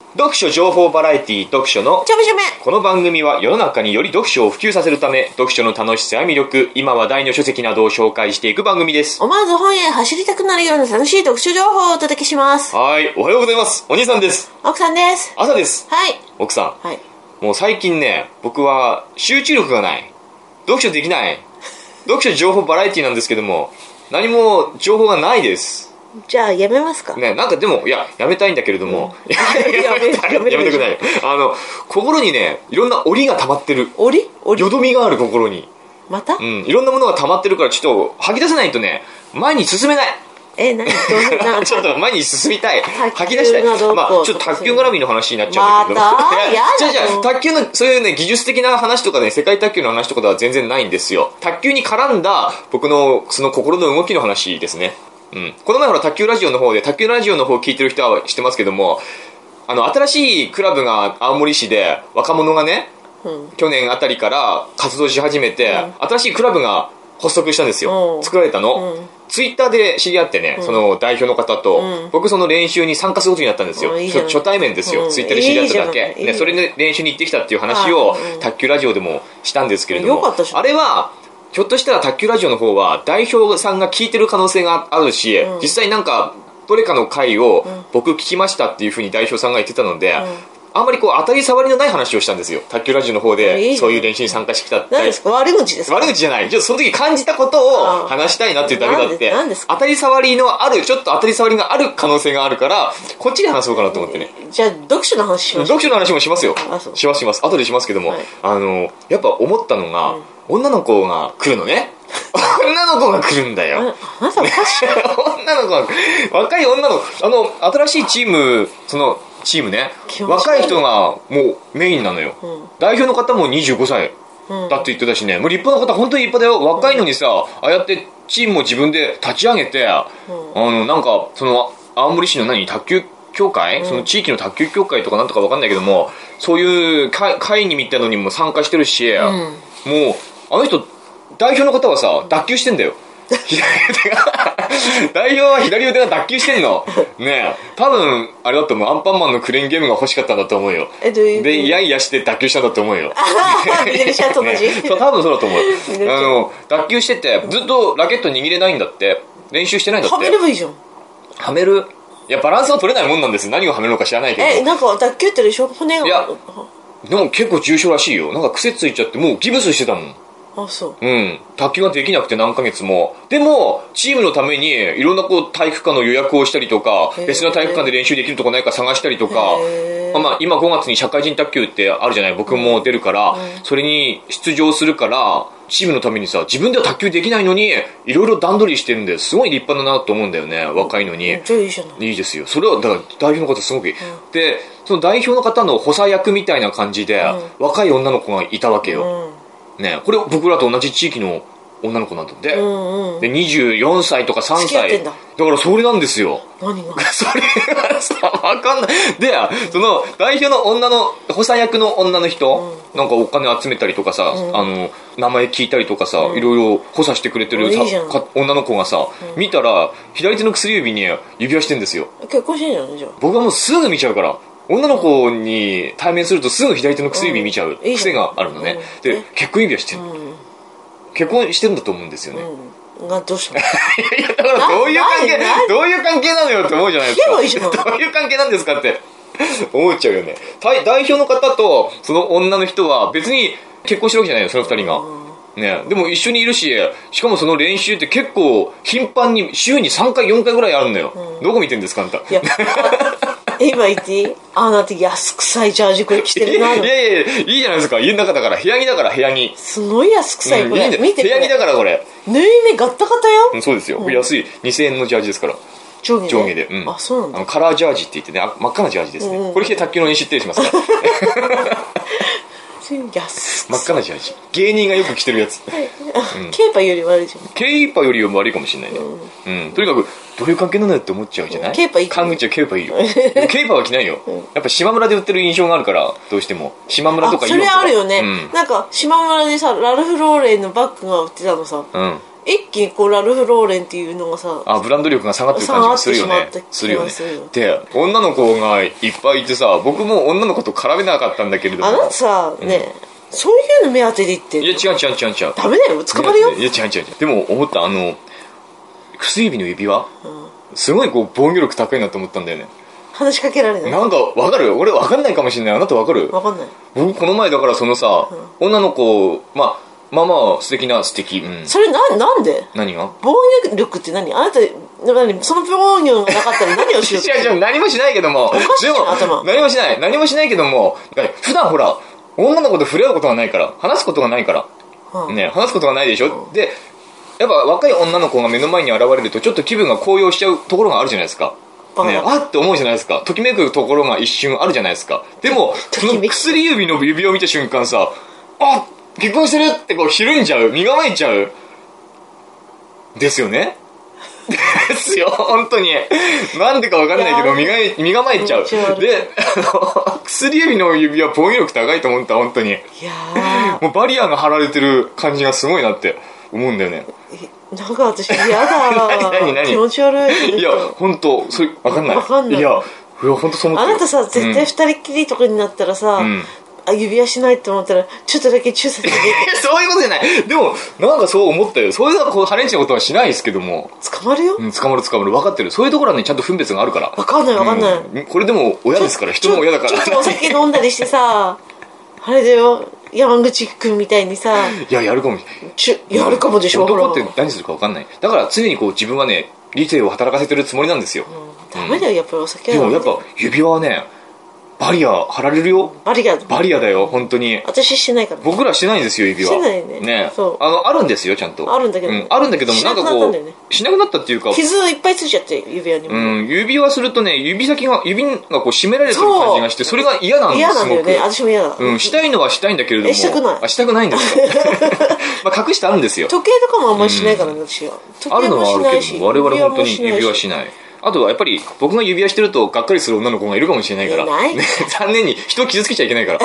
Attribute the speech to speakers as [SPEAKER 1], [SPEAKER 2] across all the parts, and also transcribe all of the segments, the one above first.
[SPEAKER 1] 読書情報バラエティ読書の
[SPEAKER 2] ちょめちょめ。
[SPEAKER 1] この番組は世の中により読書を普及させるため、読書の楽しさや魅力、今話題の書籍などを紹介していく番組です。
[SPEAKER 2] 思わず本屋へ走りたくなるような楽しい読書情報をお届けします。
[SPEAKER 1] はい、おはようございます。お兄さんです。
[SPEAKER 2] 奥さんです。
[SPEAKER 1] 朝です。
[SPEAKER 2] はい。
[SPEAKER 1] 奥さん、
[SPEAKER 2] はい。
[SPEAKER 1] もう最近ね、僕は集中力がない、読書できない、読書情報バラエティなんですけども、何も情報がないです。
[SPEAKER 2] じゃあやめますか
[SPEAKER 1] ね、なんかでもやめたいんだけれども、
[SPEAKER 2] やめた
[SPEAKER 1] くない。心にね、いろんな檻が溜まってる。よどみがある心に。
[SPEAKER 2] また？
[SPEAKER 1] いろんなものが溜まってるから、ちょっと吐き出さないとね、前に進めない。
[SPEAKER 2] 何
[SPEAKER 1] ちょっと前に進みたい。吐き出したい。
[SPEAKER 2] ちょ
[SPEAKER 1] っと卓球絡みの話になっちゃうんだけど。じゃあ卓球のそういうね、技術的な話とかね、世界卓球の話とかでは全然ないんですよ。卓球に絡んだ僕のその心の動きの話ですね。この前ほら卓球ラジオの方聞いてる人は知ってますけども、新しいクラブが青森市で若者がね、去年あたりから活動し始めて、新しいクラブが発足したんですよ。作られたの。ツイッターで知り合ってね、その代表の方と、僕その練習に参加することになったんですよ。初対面ですよ。ツイッターで知り合っただけ。ね、それで練習に行ってきたっていう話を卓球ラジオでもしたんですけれども、あれはひょっとしたら卓球ラジオの方は代表さんが聞いてる可能性があるし、実際なんかどれかの回を僕聞きましたっていうふうに代表さんが言ってたので、あんまりこう当たり障りのない話をしたんですよ。卓球ラジオの方でそういう練習に参加してきたって。
[SPEAKER 2] 何ですか？悪口ですか？
[SPEAKER 1] 悪口じゃない。ちょっとその時感じたことを話したいなっていうだけだって、当たり障りのある、ちょっと当たり障りがある可能性があるから、こっちで話そうかなと思ってね。
[SPEAKER 2] じゃあ読書の話しましょう。
[SPEAKER 1] 読書の話もしますよ。します後でしますけども、やっぱ思ったのが、女の子が来るのね。女の子が来るんだよ。
[SPEAKER 2] あなたおかしい。
[SPEAKER 1] 女の子が、若い女の子、新しいチーム、そのチームね、若い人がもうメインなのよ。代表の方も25歳だって言ってたしね、もう立派な方、本当に立派だよ。若いのにさ、ああやってチームも自分で立ち上げて、なんかその青森市の卓球協会、その地域の卓球協会とかなんとか分かんないけども、そういう会議みたいのにも参加してるし、もうあの人代表の方はさ、脱臼してんだよ。左腕が代表は左腕が脱臼してんのね。え多分あれだと思う。アンパンマンのクレーンゲームが欲しかったんだと思うよ。でイヤイヤして脱臼したんだと思うよ。
[SPEAKER 2] ミドルシャーと同じ、
[SPEAKER 1] ね、そう多分そうだと思う。脱臼しててずっとラケット握れないんだって。練習してないんだって。
[SPEAKER 2] はめればいいじゃん。
[SPEAKER 1] はめる。いやバランスが取れないもんなんです。何をはめるのか知らないけど。
[SPEAKER 2] なんか脱臼ってでしょ、骨が。
[SPEAKER 1] いやでも結構重症らしいよ。なんか癖ついちゃってもうギブスしてたもん。
[SPEAKER 2] あ、そう。
[SPEAKER 1] 卓球ができなくて何ヶ月も。でもチームのためにいろんな体育館の予約をしたりとか、別の体育館で練習できるとこないか探したりとか、今5月に社会人卓球ってあるじゃない。僕も出るから、それに出場するからチームのためにさ、自分では卓球できないのにいろいろ段取りしてるんですごい立派だなと思うんだよね。若いのに。
[SPEAKER 2] じゃあいいじゃない。
[SPEAKER 1] いいですよ。それはだから代表の方すごくいい。でその代表の方の補佐役みたいな感じで、若い女の子がいたわけよ。ね、これ僕らと同じ地域の女の子なんだって、で24歳とか3歳 だからそれなんですよ。
[SPEAKER 2] 何が
[SPEAKER 1] それがさ分かんないで、その代表の女の補佐役の女の人、なんかお金集めたりとかさ、名前聞いたりとかさ、いろいろ補佐してくれてる女の子がさ、見たら左手の薬指に指輪してんですよ。
[SPEAKER 2] 結婚してんじゃん。じゃあ
[SPEAKER 1] 僕はもうすぐ見ちゃうから、女の子に対面するとすぐ左手の薬指見ちゃう癖があるのね。で結婚指輪してる、結婚してるんだと思うんですよね。
[SPEAKER 2] どうしたの？
[SPEAKER 1] いやだからどういう関係なのよって思うじゃないですか。どういう関係なんですかって思っちゃうよね。代表の方とその女の人は別に結婚してるわけじゃないよ、その二人が。ね、でも一緒にいるし、しかもその練習って結構頻繁に週に3回4回ぐらいあるんだよ。どこ見てんですかあんた。
[SPEAKER 2] 今言っていい？あなた安臭いジャージこれ着てるな。
[SPEAKER 1] いやいいじゃないですか。家の中だから、部屋着だから、部屋着。
[SPEAKER 2] すごい安臭いこれ。見て
[SPEAKER 1] 部屋着だからこれ。
[SPEAKER 2] 縫い目ガッタガタよ。
[SPEAKER 1] そうですよ。安い2000円のジャージですから。
[SPEAKER 2] 上下
[SPEAKER 1] で。
[SPEAKER 2] あ、そうなんだ。
[SPEAKER 1] カラージャージって言ってね、真っ赤なジャージですね。これ着て卓球の練習行ったりしますから。真っ赤なジャージ。芸人がよく着てるやつ。
[SPEAKER 2] ケイパより悪いじゃん。
[SPEAKER 1] ケイパよりも悪いかもしれないね。とにかくどういう関係なのよって思っちゃうじゃない。
[SPEAKER 2] ケイパいい。
[SPEAKER 1] 勘口はケイパいいよ。ケイパは着ないよ。やっぱ島村で売ってる印象があるから、どうしても島村とか
[SPEAKER 2] それあるよね。なんか島村でさ、ラルフローレンのバッグが売ってたのさ。 一気にこうラルフ・ローレンっていうのがさ、
[SPEAKER 1] ブランド力が下がってる感じがするよね。するよね。で、女の子がいっぱいいてさ、僕も女の子と絡めなかったんだけれども。
[SPEAKER 2] あなたさ、ね、そういうの目当てで言ってる。
[SPEAKER 1] いや、違う。
[SPEAKER 2] ダメだよ、捕まるよ。
[SPEAKER 1] いや、違う。でも思った、薬指の指輪、すごいこう、防御力高いなと思ったんだよね。
[SPEAKER 2] 話しかけられない。
[SPEAKER 1] なんか、わかる？俺わかんないかもしれない。あなたわかる？
[SPEAKER 2] わかんない。
[SPEAKER 1] 僕、この前だからそのさ、女の子、まあ素敵、
[SPEAKER 2] それなんで？
[SPEAKER 1] 何が？
[SPEAKER 2] 防御力って何？あなた、その防御がなかったら何をしようって？
[SPEAKER 1] 違う、何もしないけども。
[SPEAKER 2] おかしいじゃん、頭。
[SPEAKER 1] 何もしないけども、普段ほら、女の子と触れ合うことがないから、話すことがないから。ね、話すことがないでしょ？で、やっぱ若い女の子が目の前に現れると、ちょっと気分が高揚しちゃうところがあるじゃないですか。ね、あって思うじゃないですか。ときめくところが一瞬あるじゃないですか。でも、その薬指の指を見た瞬間さ、結婚してるってこうひるんじゃう、身構えちゃう。ですよね。ですよ、本当に。なんでかわかんないけど、身構えちゃう。で、薬指の指は防御力高いと思った、本当に。もうバリアが張られてる感じがすごいなって思うんだよね。
[SPEAKER 2] なんか私嫌だ。
[SPEAKER 1] 何
[SPEAKER 2] 気持ち悪い。
[SPEAKER 1] いや、本当それわかんない。いや、本当そう思って。
[SPEAKER 2] あなたさ、絶対二人っきりとかになったらさ、指輪しないって思ったらちょっとだけ注射して
[SPEAKER 1] そういうことじゃない。でもなんかそう思ったよ。そういうハレンチなことはしないですけども、
[SPEAKER 2] 捕まるよ。
[SPEAKER 1] 捕まる分かってる。そういうところはね、ちゃんと分別があるから。
[SPEAKER 2] 分かんない、
[SPEAKER 1] これでも親ですから、人も親だから。
[SPEAKER 2] ちょっとお酒飲んだりしてさ、あれだよ、山口くんみたいにさ、
[SPEAKER 1] いや、やるかも
[SPEAKER 2] やるかもでしょ。
[SPEAKER 1] 男って何するか分かんない。だから常にこう自分はね、理性を働かせてるつもりなんですよ。
[SPEAKER 2] ダメだよ、やっぱりお酒は。
[SPEAKER 1] でもやっぱ指輪はね、バリア張られるよ。バリアだよ、本当に。
[SPEAKER 2] 私してないから。
[SPEAKER 1] 僕らしてないんですよ、指輪。
[SPEAKER 2] してないね。
[SPEAKER 1] ね。あるんですよ、ちゃんと。
[SPEAKER 2] あるんだけど。
[SPEAKER 1] あるんだけども、なんかこう、しなくなったっていうか。
[SPEAKER 2] 傷いっぱいついちゃって、指輪にも。
[SPEAKER 1] 指輪するとね、指がこう締められてる感じがして、それが嫌なんですよ。
[SPEAKER 2] 嫌なんだよね、私も嫌だ。
[SPEAKER 1] したいのはしたいんだけれども。
[SPEAKER 2] したくない。
[SPEAKER 1] したくないんですよ。隠してあるんですよ。
[SPEAKER 2] 時計とかもあんまりしないからね、私は。
[SPEAKER 1] あるのはあるけど、我々本当に指輪しない。あとはやっぱり僕が指輪してるとがっかりする女の子がいるかもしれないから、残念に人を傷つけちゃいけないから。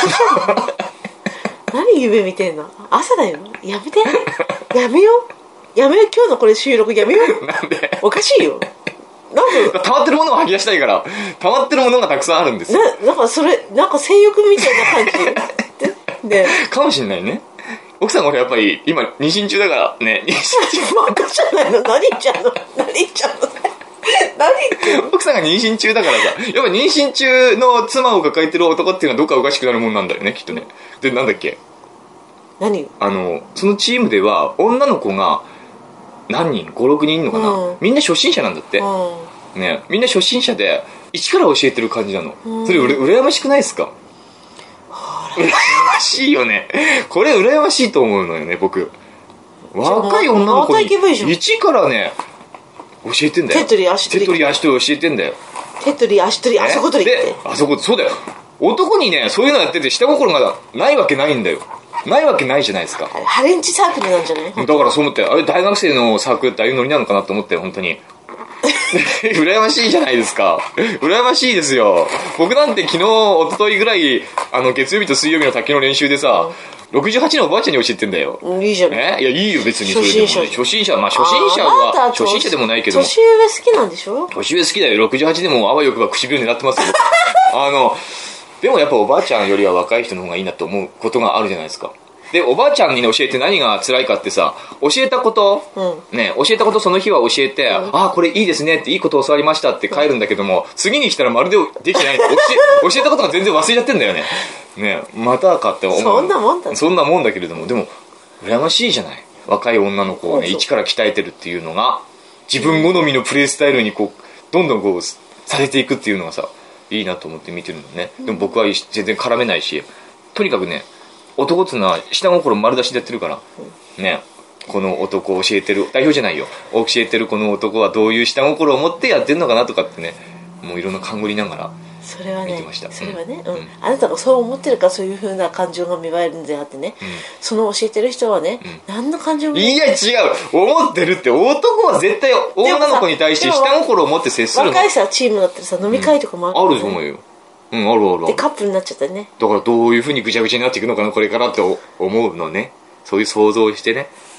[SPEAKER 2] 何指見てんの？朝だよ。やめて。やめよう。今日のこれ収録やめよう。
[SPEAKER 1] なんで？
[SPEAKER 2] おかしいよ。なんか
[SPEAKER 1] 溜まってるものを吐き出したいから、溜まってるものがたくさんあるんですよ。
[SPEAKER 2] なんかそれ、なんか性欲みたいな感じで。
[SPEAKER 1] かもしんないね。奥さん俺やっぱり今妊娠中だからね。
[SPEAKER 2] バカじゃないの？何言っちゃうの？何言ってんの？
[SPEAKER 1] 奥さんが妊娠中だからさ、やっぱ妊娠中の妻を抱えてる男っていうのはどっかおかしくなるもんなんだよね、きっとね。で、なんだっけ？
[SPEAKER 2] 何？
[SPEAKER 1] そのチームでは女の子が何人？ 5、6人いんのかな？みんな初心者なんだって。ね、みんな初心者で一から教えてる感じなの。それ羨ましくないですか？羨ましいよね。これ羨ましいと思うのよね、僕。若い女の子に一からね、教えてんだよ。手取り足取り教えてんだよ。
[SPEAKER 2] 手取り足取り、あそこ取りって。
[SPEAKER 1] あそこ、そうだよ。男にね、そういうのやってて下心がないわけないんだよ。ないわけないじゃないですか。
[SPEAKER 2] ハレンチサークルなんじゃない？
[SPEAKER 1] だからそう思って、あれ大学生のサークルってああいうノリなのかなと思って、本当に。羨ましいじゃないですか。羨ましいですよ。僕なんて昨日、一昨日ぐらい、月曜日と水曜日の卓球の練習でさ、68のおばあちゃんに教えてんだよ。
[SPEAKER 2] いいじゃん。
[SPEAKER 1] いや、いいよ、別にそれでも、ね。初心者でもないけども。
[SPEAKER 2] 年上好きなんでしょ？
[SPEAKER 1] 年上好きだよ。68でもあわよくば唇狙ってますよ。でもやっぱおばあちゃんよりは若い人の方がいいなと思うことがあるじゃないですか。で、おばあちゃんに教えて何が辛いかってさ、教えたこと、その日は教えて、これいいですねって、いいこと教わりましたって帰るんだけども、次に来たらまるでできてない。教えたことが全然忘れちゃってんだよね。ね、またかって思う。
[SPEAKER 2] そんなもん
[SPEAKER 1] だけれども、でも、羨ましいじゃない。若い女の子をね、一から鍛えてるっていうのが、自分好みのプレイスタイルにこう、どんどんこう、されていくっていうのがさ、いいなと思って見てるのね。でも僕は全然絡めないし、とにかくね、男っつうのは下心丸出しでやってるから、ね、この男を教えてる代表じゃないよ、教えてるこの男はどういう下心を持ってやってるのかなとかってね、もういろんな勘繰りながら見てました。
[SPEAKER 2] それはね、あなたがそう思ってるからそういう風な感情が芽生えるんであってね、その教えてる人はね、何の感情も
[SPEAKER 1] いや違う、思ってるって。男は絶対女の子に対して下心を持って接するの。
[SPEAKER 2] 若いさチームだったらさ、飲み会とかもある、
[SPEAKER 1] あると思うよ。ある。
[SPEAKER 2] でカップルになっちゃったね。
[SPEAKER 1] だからどういう風にぐちゃぐちゃになっていくのかなこれからって思うのね。そういう想像をしてね、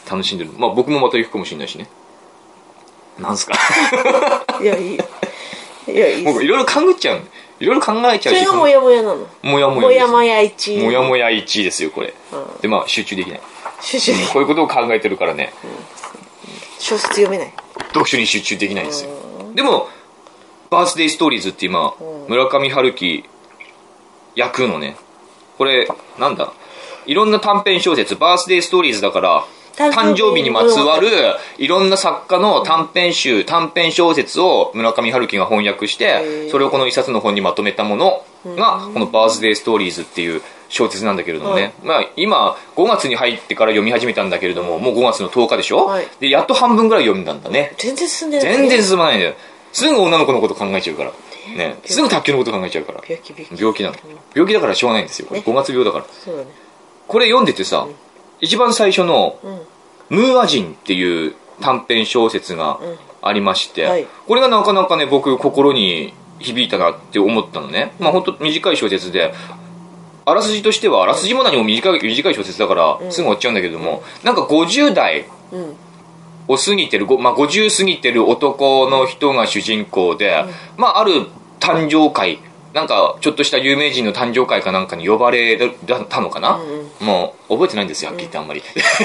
[SPEAKER 1] 楽しんでる。まあ僕もまた行くかもしれないしね。なんすか
[SPEAKER 2] いやいいよ、いやいい。
[SPEAKER 1] 僕いろいろ考えちゃう。いろいろ考えちゃうし。
[SPEAKER 2] それがモヤモヤなの。
[SPEAKER 1] モヤモヤです。
[SPEAKER 2] モヤモヤ1。
[SPEAKER 1] モヤモヤ1ですよこれ。でまあ集中できない。
[SPEAKER 2] 集中できない。
[SPEAKER 1] こういうことを考えてるからね。
[SPEAKER 2] 小説読めない。
[SPEAKER 1] 読書に集中できないんですよ。でもバースデーストーリーズって今村上春樹役のね、これなんだ、いろんな短編小説、バースデーストーリーズだから誕生日にまつわるいろんな作家の短編集、短編小説を村上春樹が翻訳してそれをこの一冊の本にまとめたものがこのバースデーストーリーズっていう小説なんだけれどもね、まあ今5月に入ってから読み始めたんだけれども、もう5月の10日でしょ、でやっと半分ぐらい読んだんだね。
[SPEAKER 2] 全然進んでない、
[SPEAKER 1] 全然進まないんだよ。すぐ女の子のこと考えちゃうからね、すぐ卓球のこと考えちゃうから。病気なの。病気だからしょうがないんですよ、5月病だから。
[SPEAKER 2] そうだね。
[SPEAKER 1] これ読んでてさ、一番最初のムーア人っていう短編小説がありまして、これがなかなかね僕心に響いたなって思ったのね。まあ本当短い小説で、あらすじとしてはあらすじも何も短い小説だからすぐ終わっちゃうんだけども、なんか50代を過ぎてる、まあ、50過ぎてる男の人が主人公で、まあある誕生会、なんかちょっとした有名人の誕生会かなんかに呼ばれたのかな、もう覚えてないんですよはっきり言ってあんまり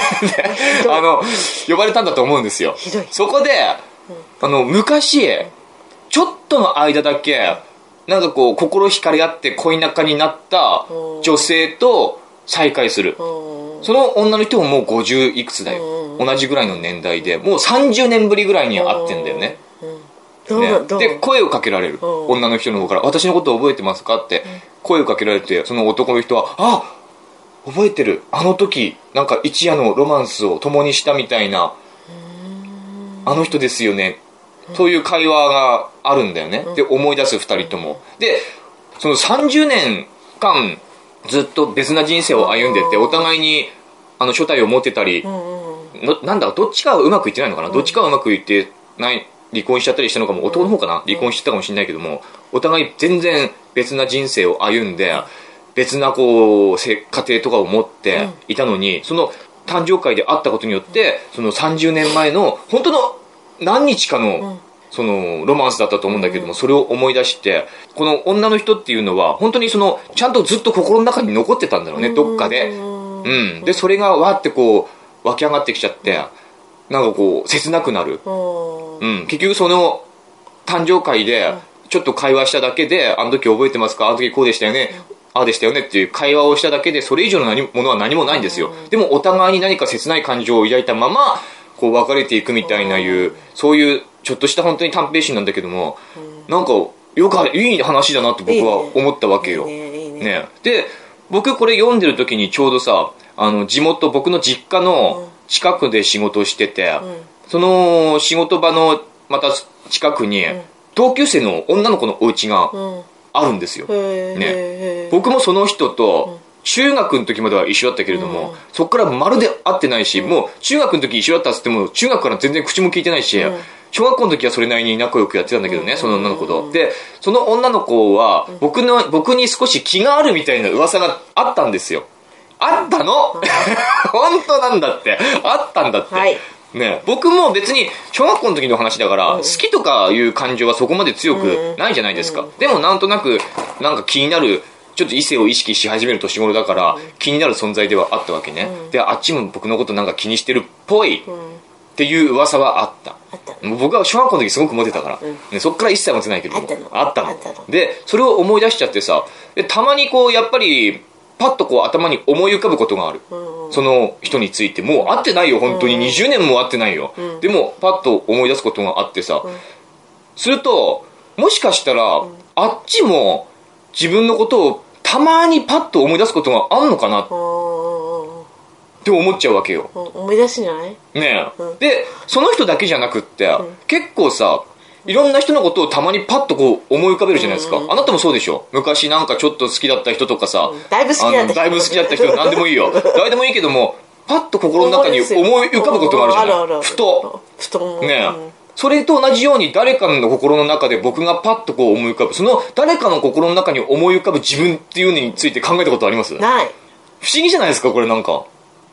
[SPEAKER 1] 呼ばれたんだと思うんですよ。そこで昔ちょっとの間だけなんかこう心惹かれ合って恋仲になった女性と再会する。その女の人ももう50いくつだよ、同じぐらいの年代でもう30年ぶりぐらいに会ってんだよね。で声をかけられる、女の人の方から私のことを覚えてますかって声をかけられて、その男の人はあ覚えてる、あの時なんか一夜のロマンスを共にしたみたいなあの人ですよね、そういう会話があるんだよね。で思い出す2人ともで、その30年間ずっと別な人生を歩んでてお互いに所帯を持ってたり、なんだどっちかはうまくいってないのかな、どっちかはうまくいってない離婚しちゃったりしたのかも、男の方かな離婚してたかもしれないけども、お互い全然別な人生を歩んで別なこう家庭とかを持っていたのに、その誕生会で会ったことによってその30年前の本当の何日かのそのロマンスだったと思うんだけども、それを思い出して、この女の人っていうのは本当にそのちゃんとずっと心の中に残ってたんだろうね、どっかで。でそれがわってこう湧き上がってきちゃって、なんかこう切なくなる。結局その誕生会でちょっと会話しただけで、あの時覚えてますか、あの時こうでしたよね、ああでしたよねっていう会話をしただけで、それ以上のものは何もないんですよ。でもお互いに何か切ない感情を抱いたままこう別れていくみたいなそういうちょっとした本当に短編集なんだけども、なんかいい話だなって僕は思ったわけよ。ね。で僕これ読んでる時にちょうどさ、地元僕の実家の近くで仕事をしてて、その仕事場のまた近くに同級生の女の子のお家があるんですよ、ね、僕もその人と中学の時までは一緒だったけれども、そこからまるで会ってないし、もう中学の時一緒だったっつっても中学から全然口も聞いてないし、小学校の時はそれなりに仲良くやってたんだけどね、その女の子と。でその女の子は僕に少し気があるみたいな噂があったんですよ。あったの本当なんだって、あったんだって、ね、僕も別に小学校の時の話だから、好きとかいう感情はそこまで強くないじゃないですか、でもなんとなくなんか気になる、ちょっと異性を意識し始める年頃だから気になる存在ではあったわけね、であっちも僕のことなんか気にしてるっぽいっていう噂はあった。僕は小学校の時すごくモテたから、ね、そっから一切モテないけどもあったので、それを思い出しちゃってさ、でたまにこうやっぱりパッとこう頭に思い浮かぶことがある、その人について。もう会ってないよ本当に、20年も会ってないよ、でもパッと思い出すことがあってさ、するともしかしたらあっちも自分のことをたまにパッと思い出すことがあんのかなって思っちゃうわけよ。
[SPEAKER 2] 思い出すんじゃない
[SPEAKER 1] ねえ、でその人だけじゃなくって、結構さいろんな人のことをたまにパッとこう思い浮かべるじゃないですか、あなたもそうでしょ。昔なんかちょっと好きだった人とかさ、
[SPEAKER 2] だいぶ好きだった
[SPEAKER 1] 人何でもいいよ誰でもいいけども、パッと心の中に思い浮かぶことがあるじゃない、ふとねえ、それと同じように誰かの心の中で僕がパッとこう思い浮かぶ、その誰かの心の中に思い浮かぶ自分っていうのについて考えたことあります？
[SPEAKER 2] ない。
[SPEAKER 1] 不思議じゃないですかこれ。なんか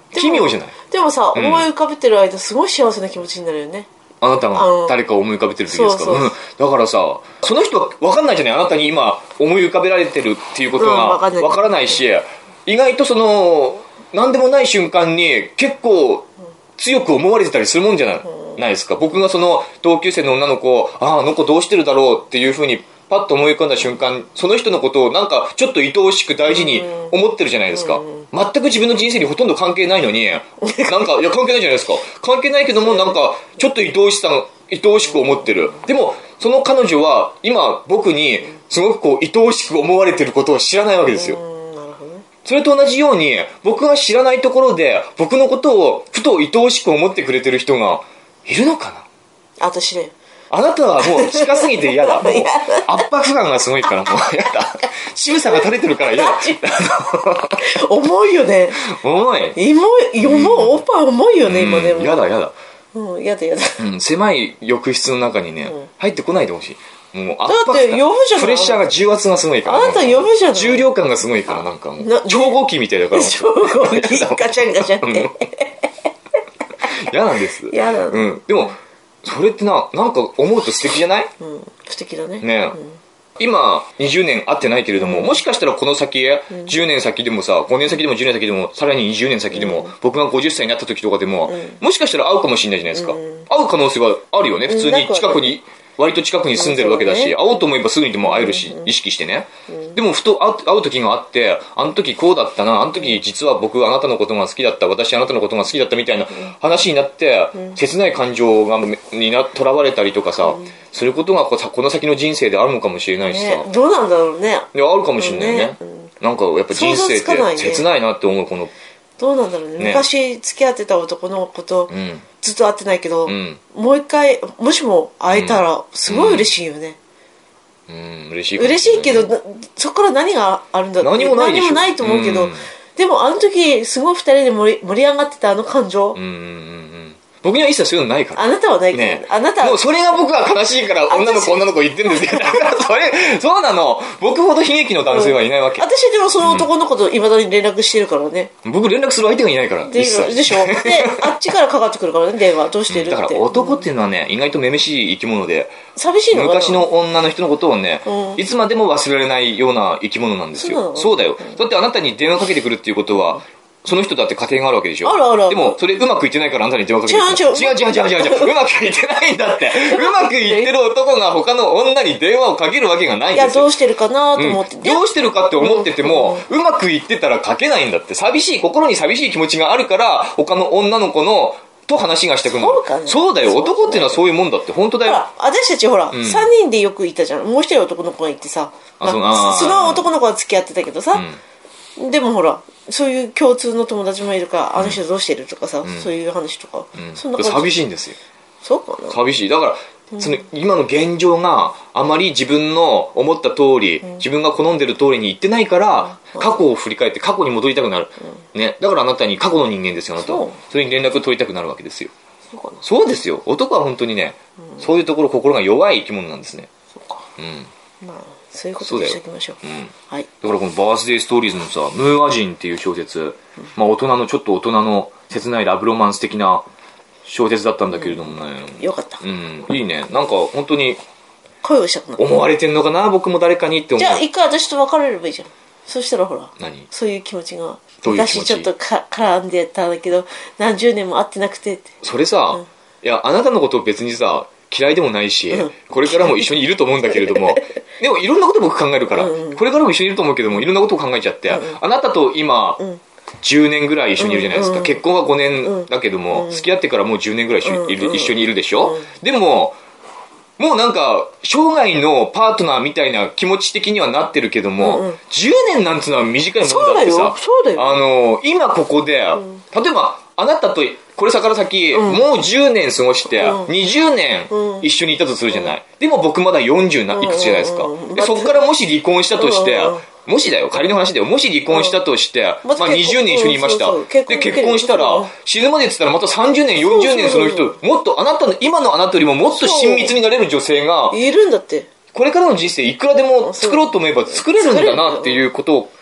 [SPEAKER 1] 奇妙じゃない？
[SPEAKER 2] でもさ、思い浮かべてる間すごい幸せな気持ちになるよね。
[SPEAKER 1] あなたが誰かを思い浮かべてる時ですから、だからさ、その人は分かんないじゃない、あなたに今思い浮かべられてるっていうことが分からないし、意外とその何でもない瞬間に結構強く思われてたりするもんじゃないですか。僕がその同級生の女の子、あの子どうしてるだろうっていうふうにパッと思い浮かんだ瞬間、その人のことをなんかちょっと愛おしく大事に思ってるじゃないですか。全く自分の人生にほとんど関係ないのに、なんかいや関係ないじゃないですか。関係ないけどもなんかちょっと愛おしく思ってる。でもその彼女は今僕にすごくこう愛おしく思われてることを知らないわけですよ。それと同じように僕が知らないところで僕のことをふと愛おしく思ってくれてる人がいるのかな。
[SPEAKER 2] 私ね。
[SPEAKER 1] あなたはもう近すぎて嫌だ。もう圧迫感がすごいからもう嫌だ。渋さが垂れてるから嫌だ。
[SPEAKER 2] 重いよね。
[SPEAKER 1] 重い。
[SPEAKER 2] おっぱい重いよね、今ね。
[SPEAKER 1] 嫌だ。
[SPEAKER 2] やだ。
[SPEAKER 1] 狭い浴室の中にね、入ってこないでほしい。もう
[SPEAKER 2] だって呼ぶじゃん。
[SPEAKER 1] プレッシャーが重圧がすごいから。
[SPEAKER 2] あなた呼ぶじゃん。
[SPEAKER 1] 重量感がすごいからなんかもう超合金みたいだから。
[SPEAKER 2] 超合金ガチャンガチャンって。
[SPEAKER 1] 嫌なんです。
[SPEAKER 2] 嫌だ。
[SPEAKER 1] でもそれってなんか思うと素敵じゃない？
[SPEAKER 2] 素敵だね。
[SPEAKER 1] ね。今20年会ってないけれども、もしかしたらこの先10年先でもさ、5年先でも10年先でもさらに20年先でも、僕が50歳になった時とかでも、もしかしたら会うかもしれないじゃないですか。会う可能性はあるよね。普通に割と近くに住んでるわけだし、会おうと思えばすぐにでも会えるし、意識してね。でもふと会う時があって、あの時こうだったな、あの時実は僕あなたのことが好きだった、私あなたのことが好きだったみたいな話になって、切ない感情にとらわれたりとかさ、することがこの先の人生であるのかもしれないしさ。
[SPEAKER 2] どうなんだろうね。
[SPEAKER 1] いや、あるかもしれないね。なんかやっぱ人生って切ないなって思う、この。
[SPEAKER 2] どうなんだろうね。昔付き合ってた男の子とずっと会ってないけど、もう一回もしも会えたらすごい嬉しいよね。
[SPEAKER 1] 嬉
[SPEAKER 2] しいけどそこから何があるんだろう。
[SPEAKER 1] 何も
[SPEAKER 2] ないと思うけど、でもあの時すごい2人で盛り上がってたあの感情。
[SPEAKER 1] 僕には一切そういうのないから。
[SPEAKER 2] あなたはないけど、ね、あなたは
[SPEAKER 1] もうそれが僕は悲しいから女の子言ってるんですよ。だからそうなの。僕ほど悲劇の男性はいないわけ。
[SPEAKER 2] 私でもその男の子といまだに連絡してるからね。
[SPEAKER 1] 僕連絡する相手がいないから。
[SPEAKER 2] でしょ。であっちからかかってくるからね、電話どうしてるって。
[SPEAKER 1] だから男っていうのはね、意外とめめしい生き物で、
[SPEAKER 2] 寂しいのかな。
[SPEAKER 1] 昔の女の人のことをね、いつまでも忘れられないような生き物なんですよ。そうだよ。だってあなたに電話かけてくるっていうことは、その人だって家庭があるわけでしょ。
[SPEAKER 2] ある。
[SPEAKER 1] でもそれうまくいってないからあんたに電話かけてくる。違う。うまくいってないんだって。うまくいってる男が他の女に電話をかけるわけがないんですよ。
[SPEAKER 2] いや、どうしてるかなと思って、
[SPEAKER 1] どうしてるかって思ってても、うまくいってたらかけないんだって。心に寂しい気持ちがあるから他の女の子と話がしたくなる。そうだよ。男っていうのはそういうもんだって。本当だよ。
[SPEAKER 2] 私たちほら、3人でよくいたじゃん。もう一人男の子がいてさ、その男の子は付き合ってたけどさ、でもほらそういう共通の友達もいるから、あの人どうしてるとかさ、そういう話とか、
[SPEAKER 1] そんな感じ。寂しいんですよ。
[SPEAKER 2] そうかな。
[SPEAKER 1] 寂しい。だからその今の現状があまり自分の思った通り、自分が好んでる通りにいってないから、過去を振り返って過去に戻りたくなる、ね。だからあなたに過去の人間ですよ。あなたはそれに連絡を取りたくなるわけですよ。そうですよ。男は本当にね、そういうところ心が弱い生き物なんですね。
[SPEAKER 2] そうか。まあそういうことにしておきましょう。はい。
[SPEAKER 1] だからこのバースデーストーリーズのさ、ムーア人っていう小説、ちょっと大人の切ないラブロマンス的な小説だったんだけれどもね。
[SPEAKER 2] よかった。
[SPEAKER 1] いいね。なんか本当に
[SPEAKER 2] 恋をしたくなった。
[SPEAKER 1] 思われてんのかな、僕も誰かにって思う。
[SPEAKER 2] じゃあ一回私と別れればいいじゃん。そしたらほら、そういう気持ちが昔ちょっと絡んでたんだけど何十年も会ってなくてって。
[SPEAKER 1] それさ、いやあなたのことを別にさ嫌いでもないし、これからも一緒にいると思うんだけれどもでもいろんなこと僕考えるから、これからも一緒にいると思うけどもいろんなことを考えちゃって、あなたと今、10年ぐらい一緒にいるじゃないですか、結婚は5年だけども、付き合ってからもう10年ぐらい一緒にいるでしょ、でももうなんか生涯のパートナーみたいな気持ち的にはなってるけども、10年なんつうのは短いもんだってさ、今ここで、例えばあなたとこれから先、もう10年過ごして、20年一緒にいたとするじゃない。でも僕まだ40いくつじゃないですか。でそこからもし離婚したとして、もしだよ、仮の話だよ、もし離婚したとして、20年一緒にいました。で、結婚したら、死ぬまでって言ったらまた30年、40年その人、もっと今のあなたよりももっと親密になれる女性が、
[SPEAKER 2] いるんだって。
[SPEAKER 1] これからの人生いくらでも作ろうと思えば作れるんだなっていうことを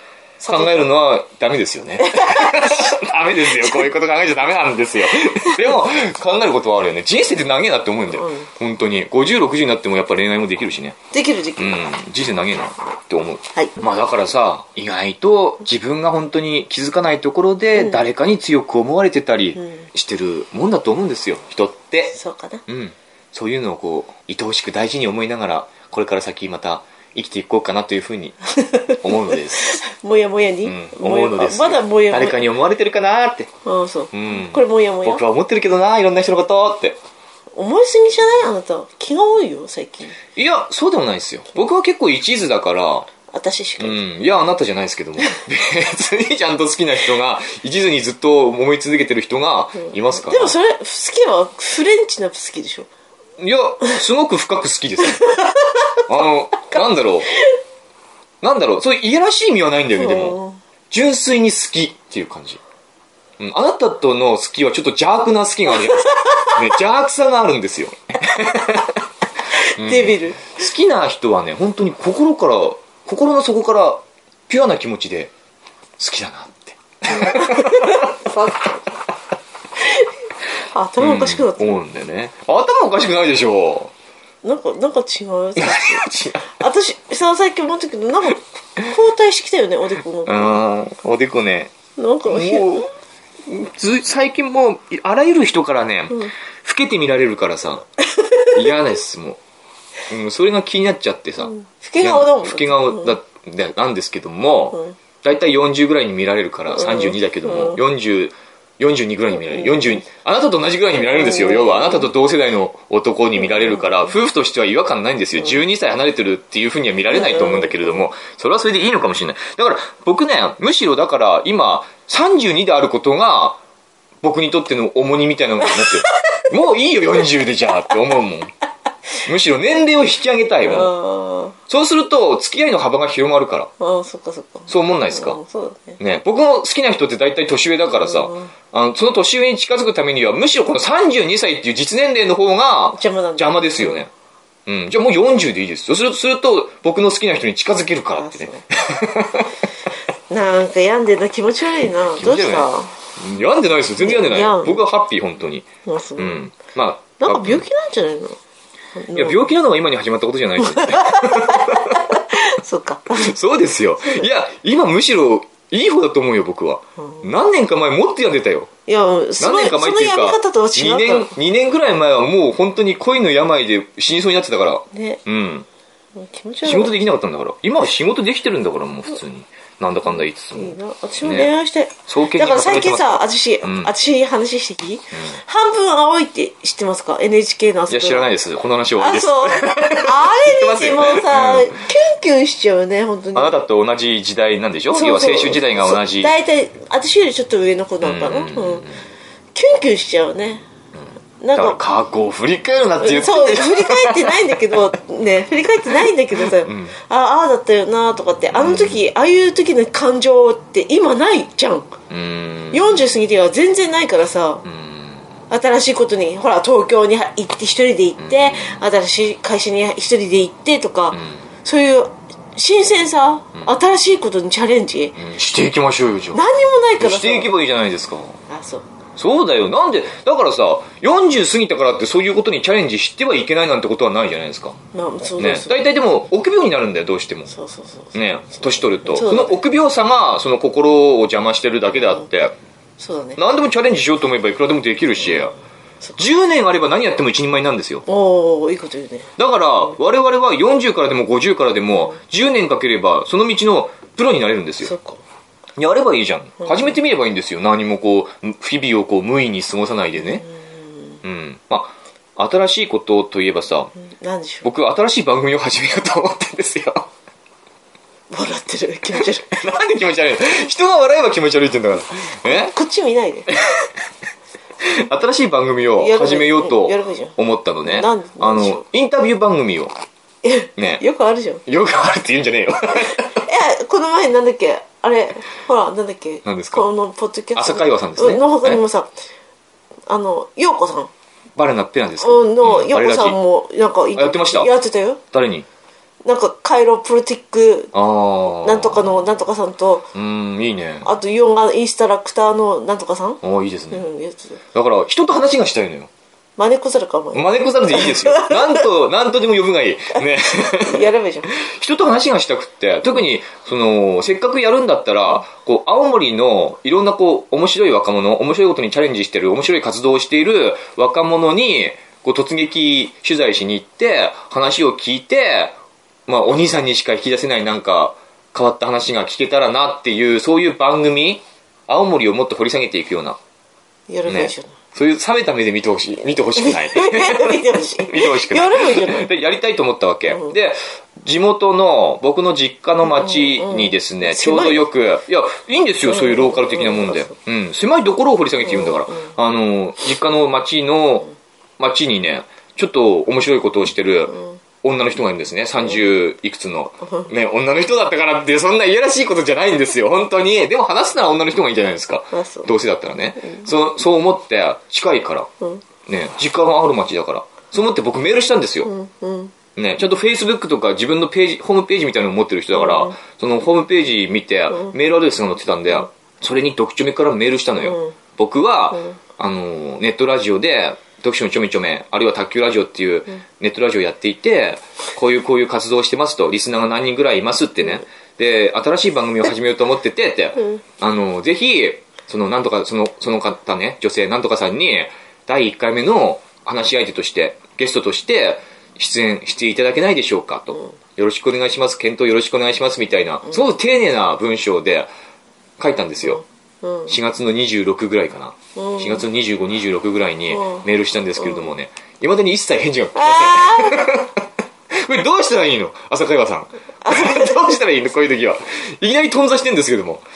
[SPEAKER 1] 考えるのはダメですよね。ダメですよ。こういうこと考えちゃダメなんですよ。でも、考えることはあるよね。人生って長えなって思うんだよ。本当に。50、60になってもやっぱ恋愛もできるしね。
[SPEAKER 2] できる。人
[SPEAKER 1] 生長えなって思う。
[SPEAKER 2] はい。
[SPEAKER 1] まあだからさ、意外と自分が本当に気づかないところで誰かに強く思われてたりしてるもんだと思うんですよ。人って。
[SPEAKER 2] そうかな。
[SPEAKER 1] そういうのをこう、愛おしく大事に思いながら、これから先また、生きていこうかなというふうに思うのです。
[SPEAKER 2] もやもやに、
[SPEAKER 1] 思うのです。
[SPEAKER 2] まだもやもや。
[SPEAKER 1] 誰かに思われてるかなって。
[SPEAKER 2] そう。これもやもや。
[SPEAKER 1] 僕は思ってるけどな、いろんな人のことって。
[SPEAKER 2] 思いすぎじゃないあなた。気が多いよ、最近。
[SPEAKER 1] いや、そうでもないですよ。僕は結構一途だから。
[SPEAKER 2] 私しか。
[SPEAKER 1] いや、あなたじゃないですけども。別にちゃんと好きな人が、一途にずっと思い続けてる人がいますから。
[SPEAKER 2] でもそれ、好きはフレンチな好きでしょ。
[SPEAKER 1] いや、すごく深く好きです。なんだろう、そういういやらしい意味はないんだよね、でも。純粋に好きっていう感じ。あなたとの好きはちょっと邪悪な好きがあるじゃないですか。ね、邪悪さがあるんですよ。
[SPEAKER 2] デビル。
[SPEAKER 1] 好きな人はね、本当に心の底からピュアな気持ちで好きだなって。
[SPEAKER 2] 頭おかしくなって
[SPEAKER 1] 思うんだよね。頭おかしくないでしょ。
[SPEAKER 2] なんか違うよ。私さ、最近思ったけど、なんか交代してきたよね、おでこ
[SPEAKER 1] の。おでこね。
[SPEAKER 2] なんか
[SPEAKER 1] 最近もうあらゆる人からね、老けて見られるからさ、嫌ですもう。それが気になっちゃってさ。老
[SPEAKER 2] け顔だもん。
[SPEAKER 1] 老け顔なんですけども、だいたい40ぐらいに見られるから、32だけども、42ぐらいに見られる。あなたと同じぐらいに見られるんですよ。要はあなたと同世代の男に見られるから、夫婦としては違和感ないんですよ。12歳離れてるっていう風には見られないと思うんだけれども、それはそれでいいのかもしれない。だから僕ね、むしろだから今32であることが僕にとっての重荷みたいなのになってる。もういいよ40でじゃあって思うもん。むしろ年齢を引き上げたいもん。そうすると付き合いの幅が広がるから。
[SPEAKER 2] そっか。
[SPEAKER 1] そう思んないですか？
[SPEAKER 2] そうだね。
[SPEAKER 1] ね、僕も好きな人って大体年上だからさ、その年上に近づくためにはむしろこの32歳っていう実年齢の方が邪魔ですよね。じゃあもう40でいいですよ。すると僕の好きな人に近づけるからってね。
[SPEAKER 2] なんか病んでるな、気持ち悪いな。どうした？
[SPEAKER 1] 病んでないですよ。全然病んでない。僕はハッピー、本当に。
[SPEAKER 2] まあなんか病気なんじゃないの？
[SPEAKER 1] いや、病気なのは今に始まったことじゃないですよ。
[SPEAKER 2] そっか。
[SPEAKER 1] そうですよ。いや、今むしろいい方だと思うよ、僕は。何年か前もっと病んでたよ。
[SPEAKER 2] いや、何年か前っていうか、
[SPEAKER 1] 2年ぐらい前はもう本当に恋の病で死にそうになってたから。
[SPEAKER 2] ね。
[SPEAKER 1] 気持ち悪い。仕事できなかったんだから。今は仕事できてるんだから、もう普通に。なんだかんだ言いつつも。
[SPEAKER 2] いいな。私も恋愛して。だから最近さ、私話していい？半分青いって知ってますか？ NHK のあそこ。
[SPEAKER 1] いや、知らないです。この話は終わりです。
[SPEAKER 2] そう。あれ見てもさ、キュンキュンしちゃうね、本当に。
[SPEAKER 1] あなたと同じ時代なんでしょ？要は青春時代が同じ。
[SPEAKER 2] 大体、私よりちょっと上の子なんかな。キュンキュンしちゃうね。
[SPEAKER 1] だから過去を振り返るなって言って
[SPEAKER 2] そう、振り返ってないんだけどね、振り返ってないんだけどさ、ああだったよなとかって、あの時、ああいう時の感情って今ないじゃん。40過ぎては全然ないからさ、新しいことにほら東京に行って一人で行って、新しい会社に一人で行ってとか、そういう新鮮さ、新しいことにチャレンジ、
[SPEAKER 1] していきましょうよ。じゃあ
[SPEAKER 2] 何にもないからさ、
[SPEAKER 1] していけばいいじゃないですか。
[SPEAKER 2] そう
[SPEAKER 1] だよ。なんでだからさ、40過ぎたからってそういうことにチャレンジしてはいけないなんてことはないじゃないですか。ね、大体でも臆病になるんだよ、どうしても。ね、年取るとその臆病さがその心を邪魔してるだけであって、
[SPEAKER 2] そうだね。
[SPEAKER 1] 何でもチャレンジしようと思えばいくらでもできるし、10年あれば何やっても一人前なんですよ。
[SPEAKER 2] おー、いいこと言うね。
[SPEAKER 1] だから我々は40からでも50からでも10年かければその道のプロになれるんですよ。
[SPEAKER 2] そっか。
[SPEAKER 1] やればいいじゃん。始めてみればいいんですよ。何もこう日々をこう無意に過ごさないでね。まあ新しいことといえばさ、
[SPEAKER 2] 何でしょう。
[SPEAKER 1] 僕新しい番組を始めようと思ってんですよ。
[SPEAKER 2] 笑ってる、気持ち悪い。
[SPEAKER 1] なんで気持ち悪いの？人が笑えば気持ち悪いって言うんだから。
[SPEAKER 2] こっち見ないで。
[SPEAKER 1] 新しい番組を始めようと思ったのね。インタビュー番組を。
[SPEAKER 2] ね。よくあるじゃん。
[SPEAKER 1] よくあるって言うんじゃねえよ。
[SPEAKER 2] この前なんだっけ、あれ、ほら、なんだっけ、
[SPEAKER 1] 何ですか？
[SPEAKER 2] このポッドキャスト
[SPEAKER 1] 朝会話さんですね。
[SPEAKER 2] の他にもさ、陽子さん。
[SPEAKER 1] バレなってなんですか？
[SPEAKER 2] 陽子さんもなんか
[SPEAKER 1] やってました？
[SPEAKER 2] やってたよ。
[SPEAKER 1] 誰に？
[SPEAKER 2] なんかカイロプロティックなんとかのなんとかさんと、
[SPEAKER 1] いいね。
[SPEAKER 2] あとヨガインストラクターのなんとかさん。
[SPEAKER 1] いいですね。だから人と話がしたいのよ。
[SPEAKER 2] マネコザルか、お前。
[SPEAKER 1] マネコザルでいいですよ。なんとでも呼ぶがいい。ね。
[SPEAKER 2] やればいいじゃん。
[SPEAKER 1] 人と話がしたくって、特に、せっかくやるんだったら、青森のいろんな面白い若者、面白いことにチャレンジしてる、面白い活動をしている若者に、突撃取材しに行って、話を聞いて、お兄さんにしか引き出せないなんか、変わった話が聞けたらなっていう、そういう番組、青森をもっと掘り下げていくような。
[SPEAKER 2] やればいいじゃん。
[SPEAKER 1] そういう冷めた目で見てほしくない。見てほしくない。
[SPEAKER 2] やればいいじゃない。
[SPEAKER 1] で、やりたいと思ったわけ。で、地元の、僕の実家の町にですね、ちょうどよく、いや、いいんですよ、そういうローカル的なもんで。狭いところを掘り下げて言うんだから。実家の町にね、ちょっと面白いことをしてる、女の人がいるんですね。30いくつの。ね、女の人だったからって、そんないやらしいことじゃないんですよ、本当に。でも話すなら女の人がいいじゃないですか。どうせだったらね。そう思って、近いから。ね、実家がある町だから。そう思って僕メールしたんですよ。ね、ちゃんと Facebook とか自分のホームページみたいなのを持ってる人だから、そのホームページ見て、メールアドレスが載ってたんで、それに読書目からメールしたのよ。僕は、ネットラジオで、読書のちょめちょめ、あるいは卓球ラジオっていうネットラジオをやっていて、こういう活動をしてますと、リスナーが何人ぐらいいますってね。で、新しい番組を始めようと思ってて、って、ぜひ、なんとか、その方ね、女性なんとかさんに、第1回目の話し相手として、ゲストとして、出演していただけないでしょうかと。よろしくお願いします。検討よろしくお願いします。みたいな、すごく丁寧な文章で書いたんですよ。4月の26ぐらいかな。4月の25、26ぐらいにメールしたんですけれどもね、未だに一切返事が来ません。これどうしたらいいの浅香岩さん。どうしたらいいのこういう時は。いきなり頓挫してんですけども。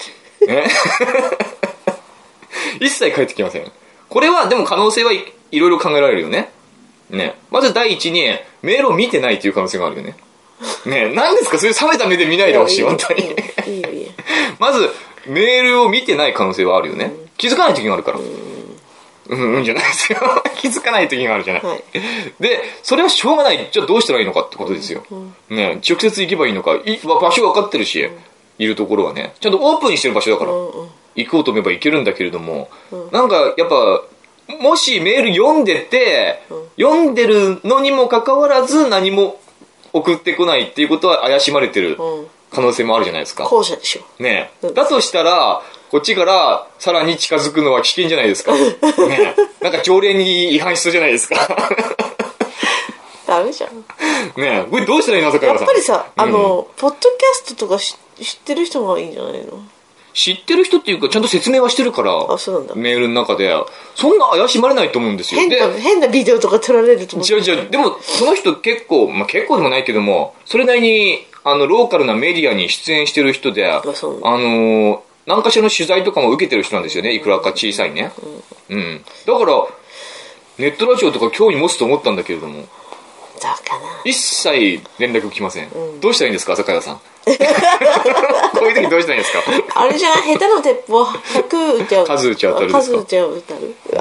[SPEAKER 1] 一切返ってきません。これはでも可能性はいろいろ考えられるよね。ね。まず第一に、メールを見てないという可能性があるよね。ね。何ですかそういう冷めた目で見ないでほしい、本当に。まず、メールを見てない可能性はあるよね。気づかない時があるから。じゃないですよ。気づかない時があるじゃない。で、それはしょうがない。じゃあどうしたらいいのかってことですよ。ね、直接行けばいいのか。場所分かってるし、いるところはね。ちゃんとオープンにしてる場所だから。行こうと思えば行けるんだけれども、なんかやっぱ、もしメール読んでて、読んでるのにもかかわらず何も送ってこないっていうことは怪しまれてる可能性もあるじゃないですか。
[SPEAKER 2] 後者でしょ。
[SPEAKER 1] ねえ。だとしたら、こっちからさらに近づくのは危険じゃないですか。ねえ。なんか条例に違反しそうじゃないですか。
[SPEAKER 2] ダメじゃん。
[SPEAKER 1] ねえ。これどうしたらいいの？や
[SPEAKER 2] っぱりさ、ポッドキャストとか知ってる人がいいんじゃないの？
[SPEAKER 1] 知ってる人っていうかちゃんと説明はしてるから、メールの中でそんな怪しまれないと思うんですよ。
[SPEAKER 2] 変なビデオとか撮られると思う。
[SPEAKER 1] 違うでもその人結構結構でもないけどもそれなりにローカルなメディアに出演してる人で何かしらの取材とかも受けてる人なんですよね。いくらか小さいね。だからネットラジオとか興味持つと思ったんだけれども一切連絡来ません。どうしたらいいんですか浅香屋さん。こういう時どうしたらいいんですか。
[SPEAKER 2] あれじゃない下手の鉄砲100打ちゃう。
[SPEAKER 1] 数打ち当たるですか。
[SPEAKER 2] 数打ちゃう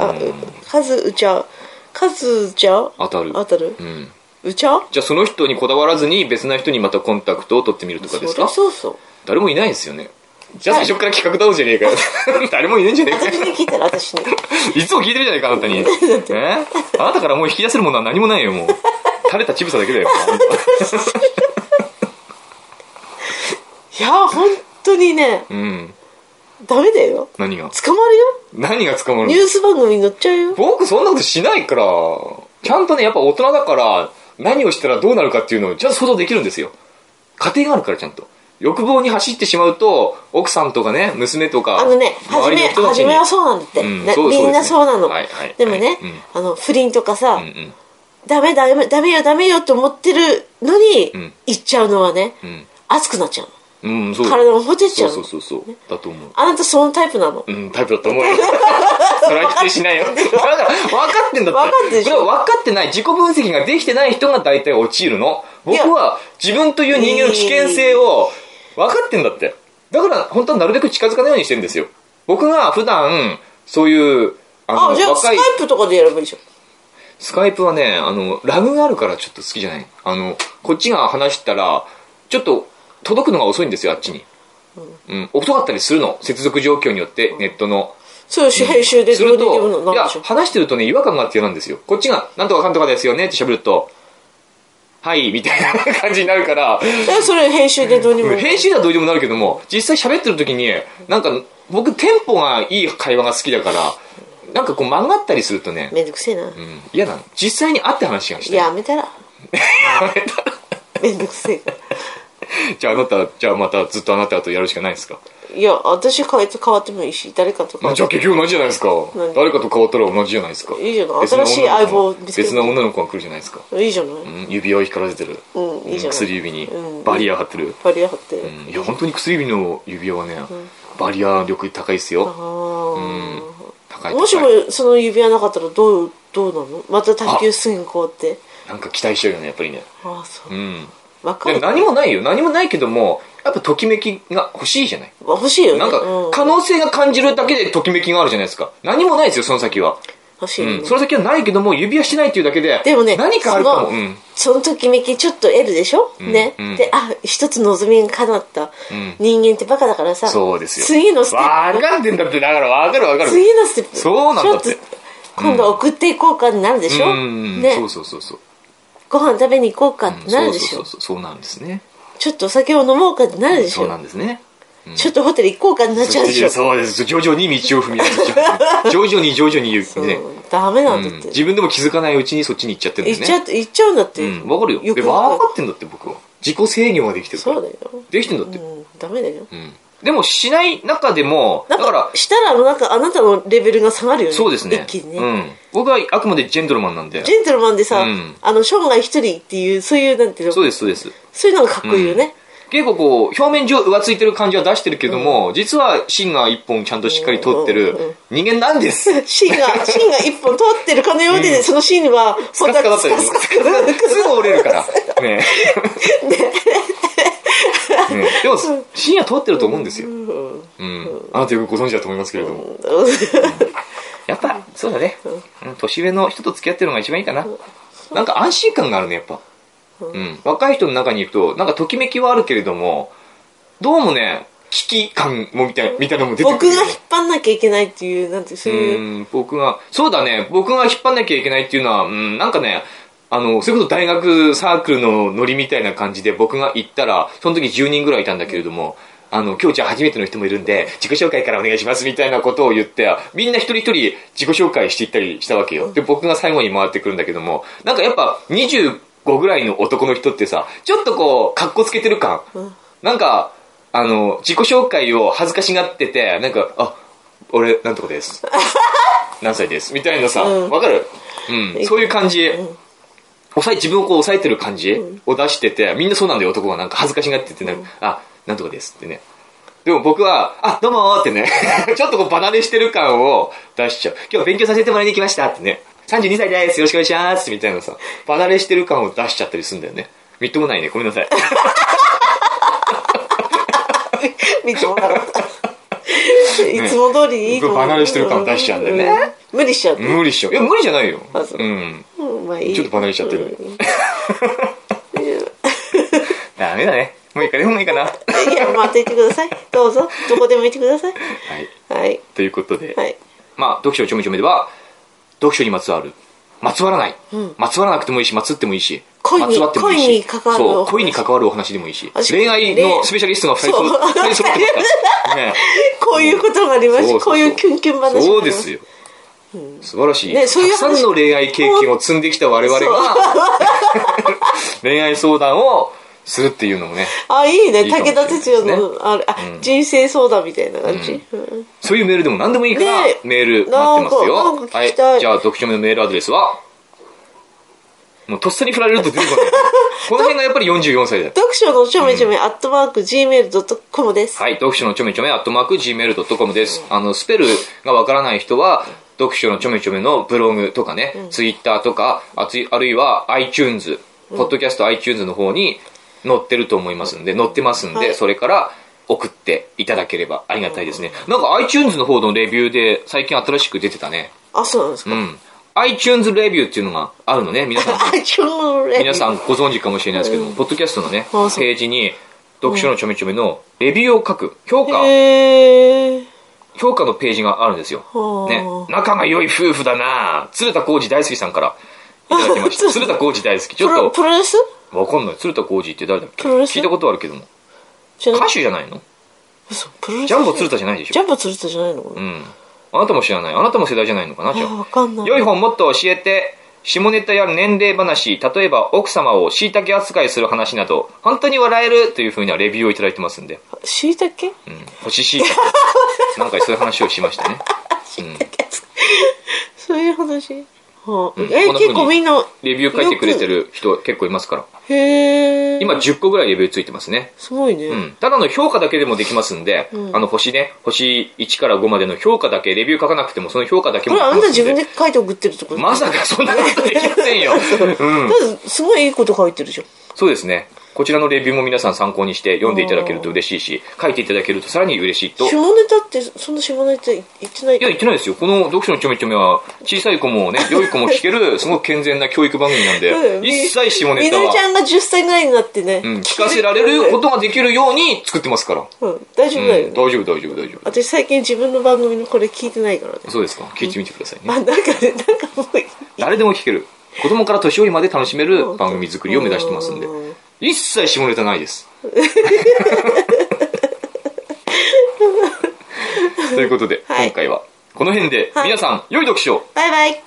[SPEAKER 2] 当たる。打ちゃう。
[SPEAKER 1] じゃあその人にこだわらずに別な人にまたコンタクトを取ってみるとかですか。
[SPEAKER 2] そう
[SPEAKER 1] 誰もいないですよね。じゃあ最初から企画倒すじゃねえかよ。誰もいないんじゃねえかよ。
[SPEAKER 2] 私に聞いたら私に
[SPEAKER 1] いつも聞いてるじゃないかあなたに。あなたからもう引き出せるものは何もないよ。もう垂れた乳房だけだよ。
[SPEAKER 2] いや本当にね、ダメだよ。
[SPEAKER 1] 何が
[SPEAKER 2] 捕まるよ。
[SPEAKER 1] 何が捕まるの。
[SPEAKER 2] ニュース番組に載っちゃうよ。
[SPEAKER 1] 僕そんなことしないから。ちゃんとねやっぱ大人だから何をしたらどうなるかっていうのをちゃんと想像できるんですよ。家庭があるからちゃんと。欲望に走ってしまうと奥さんとかね娘とか
[SPEAKER 2] 初めはそうなんだって、みんなそうなの。でもね、不倫とかさ、ダメよと思ってるのに言っちゃうのはね、熱くなっちゃうの。体がほてっちゃうの。
[SPEAKER 1] そうだと思う。
[SPEAKER 2] あなたそのタイプなの。
[SPEAKER 1] タイプだと思うよ。それは否定しないよ。だから分かってんだって。これは分かってない自己分析ができてない人が大体陥るの。僕は自分という人間の危険性を分かってんだって。だから本当はなるべく近づかないようにしてるんですよ。僕が普段そういう
[SPEAKER 2] じゃあスカイプとかでやればいいじゃん。
[SPEAKER 1] スカイプはね、ラグがあるからちょっと好きじゃない。こっちが話したら、ちょっと届くのが遅いんですよ、あっちに。遅かったりするの。接続状況によって、ネットの。
[SPEAKER 2] そう、編集でどうできるの？
[SPEAKER 1] いや、話してるとね、違和感があって嫌なんですよ。こっちが、なんとかかんとかですよねって喋ると、はい、みたいな感じになるから。
[SPEAKER 2] それ編集でどうにも。
[SPEAKER 1] 編集ではどうにもなるけども、実際喋ってる時に、なんか、僕、テンポがいい会話が好きだから、なんかこう曲がったりするとね。
[SPEAKER 2] めんどくせえな。
[SPEAKER 1] 嫌なの。実際に会って話がしたい。
[SPEAKER 2] やめたら。めんどくせえから。
[SPEAKER 1] じゃあまたずっとあなたとやるしかないですか？
[SPEAKER 2] いや、私変わってもいいし、誰かと
[SPEAKER 1] じゃあ結局同じじゃないですか。誰かと変わったら同じじゃないですか。
[SPEAKER 2] いいじゃない。新しい相棒
[SPEAKER 1] 別な女の子が来るじゃないですか。
[SPEAKER 2] いいじゃない。
[SPEAKER 1] 指輪を光らせてる。
[SPEAKER 2] いいじゃない。
[SPEAKER 1] 薬指にバリア張ってる。
[SPEAKER 2] バリア張ってる。
[SPEAKER 1] いや、本当に薬指の指輪はね、バリア力高いですよ。
[SPEAKER 2] 高い。もしもその指輪なかったらどうなの？また卓球すぐこうって。
[SPEAKER 1] なんか期待しちゃうよね、やっぱりね。
[SPEAKER 2] ああ、そう。
[SPEAKER 1] 何もないよ。何もないけども、やっぱときめきが欲しいじゃない。
[SPEAKER 2] 欲しいよね。
[SPEAKER 1] なんか、可能性が感じるだけでときめきがあるじゃないですか。何もないですよ、その先は。
[SPEAKER 2] 欲しいよね。
[SPEAKER 1] その先はないけども、指輪してないっていうだけで、
[SPEAKER 2] でもね、
[SPEAKER 1] 何かあるかも。
[SPEAKER 2] そのときめきちょっと得るでしょ？ね。で、一つ望みが叶った。人間ってバカだからさ。
[SPEAKER 1] そうですよ。
[SPEAKER 2] 次のステップ。
[SPEAKER 1] 分かってんだって、だから分かる。
[SPEAKER 2] 次のステップ。
[SPEAKER 1] そうなんだって。
[SPEAKER 2] 今度送っていこうかになるでしょ？ね。
[SPEAKER 1] そう。
[SPEAKER 2] ご飯食べに行こうかってなるでしょ？
[SPEAKER 1] そうなんですね。
[SPEAKER 2] ちょっとお酒を飲もうかってなるでしょ？
[SPEAKER 1] そうなんですね。
[SPEAKER 2] ちょっとホテル行こうかになっちゃうでしょ？
[SPEAKER 1] そうです。徐々に道を踏み出しちゃう。徐々にね。
[SPEAKER 2] ダメなんだって。
[SPEAKER 1] 自分でも気づかないうちにそっちに行っちゃってるんだよね。
[SPEAKER 2] 行っちゃうんだって。
[SPEAKER 1] わかるよ。分かってんだって僕は。自己制御ができてるから。
[SPEAKER 2] そうだよ。
[SPEAKER 1] できてんだって。
[SPEAKER 2] ダメだよ。
[SPEAKER 1] でもしない中でも、
[SPEAKER 2] だからしたらあなたのレベルが下がるよね。
[SPEAKER 1] そうですね。
[SPEAKER 2] 一気にね。
[SPEAKER 1] 僕はあくまでジェントルマンなんで。
[SPEAKER 2] ジェントルマンでさ、生涯一人っていう、そういう、なんていうの？
[SPEAKER 1] そうです。
[SPEAKER 2] そういうのがかっこいいよね。
[SPEAKER 1] 結構こう、表面上浮ついてる感じは出してるけども、実は芯が一本ちゃんとしっかり通ってる人間なんです。
[SPEAKER 2] 芯が一本通ってるかのようで、その芯は、
[SPEAKER 1] スカスカだったりすぐ折れるから。ねでも、芯は通ってると思うんですよ。あなたよくご存知だと思いますけれども。やっぱ、そうだね。年上の人と付き合ってるのが一番いいかな。なんか安心感があるね、やっぱ。若い人の中に行くと、なんかときめきはあるけれども、どうもね、危機感もみたいなのも出てくる、ね。
[SPEAKER 2] 僕が引っ張んなきゃいけないっていう、なんてそういう。
[SPEAKER 1] そうだね、僕が引っ張んなきゃいけないっていうのは、なんかね、それこそ大学サークルのノリみたいな感じで僕が行ったら、その時10人ぐらいいたんだけれども、今日じゃあ初めての人もいるんで、自己紹介からお願いしますみたいなことを言って、みんな一人一人自己紹介していったりしたわけよ。で、僕が最後に回ってくるんだけども、なんかやっぱ25ぐらいの男の人ってさ、ちょっとこう、格好つけてる感。なんか、自己紹介を恥ずかしがってて、なんか、俺、なんとかです。何歳です。みたいなさ、わかる？そういう感じ。自分をこう抑えてる感じを出してて、みんなそうなんだよ、男がなんか恥ずかしがってて、なんとかですってね。でも僕は、どうもーってね、ちょっとこう離れしてる感を出しちゃう。今日勉強させてもらいに来ましたってね。32歳です。よろしくお願いしますみたいなさ、離れしてる感を出しちゃったりするんだよね。みっともないね。ごめんなさい。
[SPEAKER 2] みっともなかった。いつも通りいいと思う。
[SPEAKER 1] 離れしてる感を出しちゃうんだよね。
[SPEAKER 2] 無理しちゃう。
[SPEAKER 1] いや、無理じゃないよ。
[SPEAKER 2] まあいい。
[SPEAKER 1] ちょっと離れしちゃってる。ダメだね。もういいかな。
[SPEAKER 2] いや、待っていてください。どうぞ。どこでもいてください。はい。
[SPEAKER 1] ということで、読書のちょめちょめでは、読書にまつわる。まつわらない。まつわらなくてもいいし、まつってもいいし。
[SPEAKER 2] 恋に関わる。
[SPEAKER 1] そう、恋に関わるお話でもいいし。恋愛のスペシャリストが2人揃ってますから。
[SPEAKER 2] こういうことがありました。こういうキュンキュン話が。
[SPEAKER 1] そうですよ。素晴らしい。たくさんの恋愛経験を積んできた我々が、恋愛相談をするっていうのもね。
[SPEAKER 2] いいね。武田鉄矢の、人生相談みたいな感じ。
[SPEAKER 1] そういうメールでも何でもいいから、メール待ってますよ。はい。じゃあ、読書目のメールアドレスは、もうとっさに振られると出てこない。この辺がやっぱり44歳だよ。
[SPEAKER 2] 読書のちょめちょめ、@gmail.com です。
[SPEAKER 1] はい。読書のちょめちょめ、@gmail.com です。スペルがわからない人は、読書のちょめちょめのブログとかね、ツイッターとか、あるいは iTunes、ポッドキャスト iTunes の方に載ってると思いますんで、載ってますんで、それから送っていただければありがたいですね。なんか iTunes の方のレビューで最近新しく出てたね。
[SPEAKER 2] そうなんですか。
[SPEAKER 1] iTunes レビューっていうのがあるのね。皆さんご存知かもしれないですけども、ポッドキャストのね、ページに、読書のちょめちょめのレビューを書く、評価のページがあるんですよ。ね。仲が良い夫婦だな鶴田浩二大好きさんからいただきました。鶴田浩二大好き。ちょっと。
[SPEAKER 2] プロレス
[SPEAKER 1] わかんない。鶴田浩二って誰だっけ？聞いたことあるけども。歌手じゃないの？
[SPEAKER 2] プロレス
[SPEAKER 1] ジャンボ鶴田じゃないでしょ？
[SPEAKER 2] ジャンボ鶴田じゃないの？
[SPEAKER 1] うん。あなたも知らない。あなたも世代じゃないのかな？じゃあ。
[SPEAKER 2] わかんない。
[SPEAKER 1] 良い本もっと教えて。下ネタや年齢話、例えば奥様を椎茸扱いする話など、本当に笑えるというふうなレビューをいただいてますんで。
[SPEAKER 2] 椎茸？
[SPEAKER 1] うん。干し椎茸。なんかそういう話をしましたね。
[SPEAKER 2] 椎茸そういう話？
[SPEAKER 1] 結構みんなレビュー書いてくれてる人結構いますから。
[SPEAKER 2] へー。
[SPEAKER 1] 今10個ぐらいレビューついてますね。
[SPEAKER 2] すごいね。
[SPEAKER 1] うん。ただの評価だけでもできますんで、星1から5までの評価だけ、レビュー書かなくてもその評価だけもできますんで。
[SPEAKER 2] これあんた自分で書いて送ってるってこと？
[SPEAKER 1] まさかそんなことできませんよ。
[SPEAKER 2] すごいいいこと書いてるじゃん。
[SPEAKER 1] そうですね。こちらのレビューも皆さん参考にして読んでいただけると嬉しいし、書いていただけるとさらに嬉しいと。
[SPEAKER 2] 下ネタってそんな下ネタ言ってない？
[SPEAKER 1] いや言ってないですよ。この読書のちょめちょめは小さい子もね、良い子も聞けるすごく健全な教育番組なんで、一切下ネタは
[SPEAKER 2] みのりちゃんが10歳ぐらいになってね、
[SPEAKER 1] 聞かせられることができるように作ってますから。
[SPEAKER 2] 大丈夫だよね。
[SPEAKER 1] 大丈夫。
[SPEAKER 2] 私最近自分の番組のこれ聞いてないからね。
[SPEAKER 1] そうですか。聞いてみてくださいね。
[SPEAKER 2] なんかもう
[SPEAKER 1] 誰でも聞ける。子供から年寄りまで楽しめる番組作りを目指してますんで。一切下ネタないです。ということで、今回はこの辺で皆さん良い読書を。
[SPEAKER 2] バイバイ。